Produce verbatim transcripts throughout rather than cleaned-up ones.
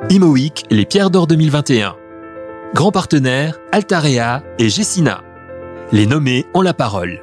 Imo Week, les Pierres d'Or deux mille vingt et un. Grand partenaire, Altarea et Gessina. Les nommés ont la parole.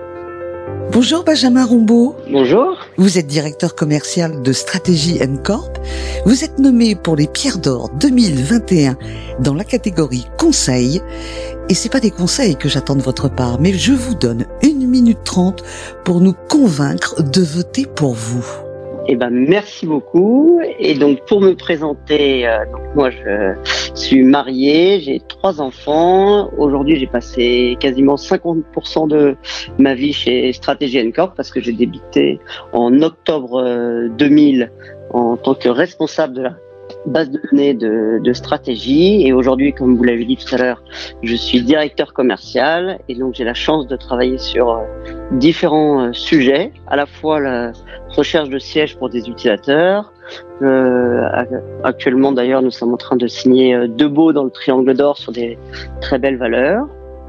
Bonjour Benjamin Rombaud. Bonjour. Vous êtes directeur commercial de Strategy and Corp. Vous êtes nommé pour les Pierres d'Or deux mille vingt et un dans la catégorie conseil. Et c'est pas des conseils que j'attends de votre part, mais je vous donne une minute trente pour nous convaincre de voter pour vous. Eh ben, merci beaucoup. Et donc, pour me présenter, euh, donc moi, je suis marié, j'ai trois enfants. Aujourd'hui, j'ai passé quasiment cinquante pour cent de ma vie chez Strategy and Corp parce que j'ai débuté en octobre euh, deux mille en tant que responsable de la base de données de, de stratégie. Et aujourd'hui, comme vous l'avez dit tout à l'heure, je suis directeur commercial et donc j'ai la chance de travailler sur euh, différents euh, sujets, à la fois la recherche de sièges pour des utilisateurs. Euh, actuellement, d'ailleurs, nous sommes en train de signer euh, deux baux dans le Triangle d'Or sur des très belles valeurs.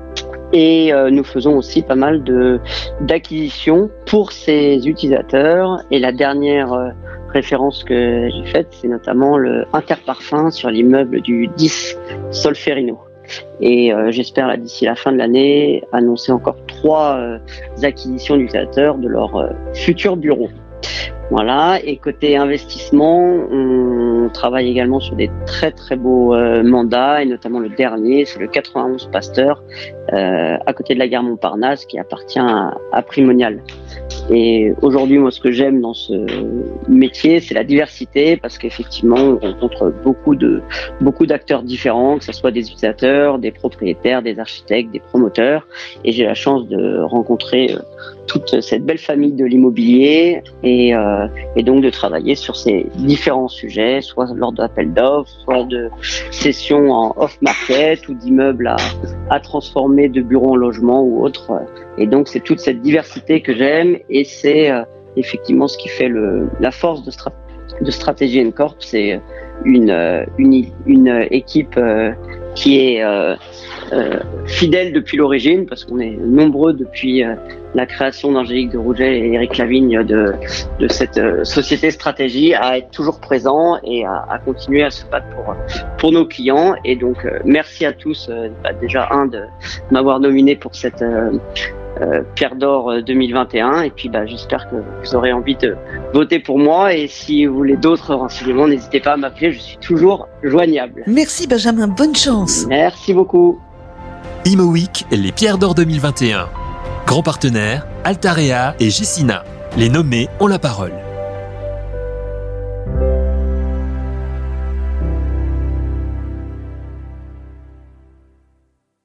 Et euh, nous faisons aussi pas mal de d'acquisitions pour ces utilisateurs. Et la dernière euh, référence que j'ai faite, c'est notamment le Interparfum sur l'immeuble du dix Solferino. Et euh, j'espère là, d'ici la fin de l'année annoncer encore trois euh, acquisitions d'utilisateurs de leur euh, futur bureau. Voilà. Et côté investissement, on travaille également sur des très très beaux euh, mandats, et notamment le dernier, c'est le quatre-vingt-onze Pasteur, euh, à côté de la gare Montparnasse, qui appartient à, à Primonial. Et aujourd'hui, moi, ce que j'aime dans ce métier, c'est la diversité, parce qu'effectivement, on rencontre beaucoup de beaucoup d'acteurs différents, que ce soit des utilisateurs, des propriétaires, des architectes, des promoteurs. Et j'ai la chance de rencontrer euh, toute cette belle famille de l'immobilier et, euh, et donc de travailler sur ces différents sujets, soit lors d'appels d'offres, soit de sessions en off-market ou d'immeubles à, à transformer de bureaux en logement ou autre. Et donc c'est toute cette diversité que j'aime et c'est euh, effectivement ce qui fait le, la force de, Strat- de Strategy and Corp. C'est une, une, une équipe euh, qui est euh, euh, fidèle depuis l'origine, parce qu'on est nombreux depuis euh, la création d'Angélique de Rouget et Eric Lavigne de, de cette euh, société Stratégie, à être toujours présent et à, à continuer à se battre pour, pour nos clients. Et donc, euh, merci à tous, euh, bah, déjà, un, de m'avoir nominé pour cette euh, euh, Pierre d'Or deux mille vingt et un. Et puis, bah, j'espère que vous aurez envie de voter pour moi. Et si vous voulez d'autres renseignements, n'hésitez pas à m'appeler, je suis toujours joignable. Merci Benjamin, bonne chance. Merci beaucoup. Imo Week, les Pierres d'Or deux mille vingt et un. Grand partenaire, Altarea et Gessina. Les nommés ont la parole.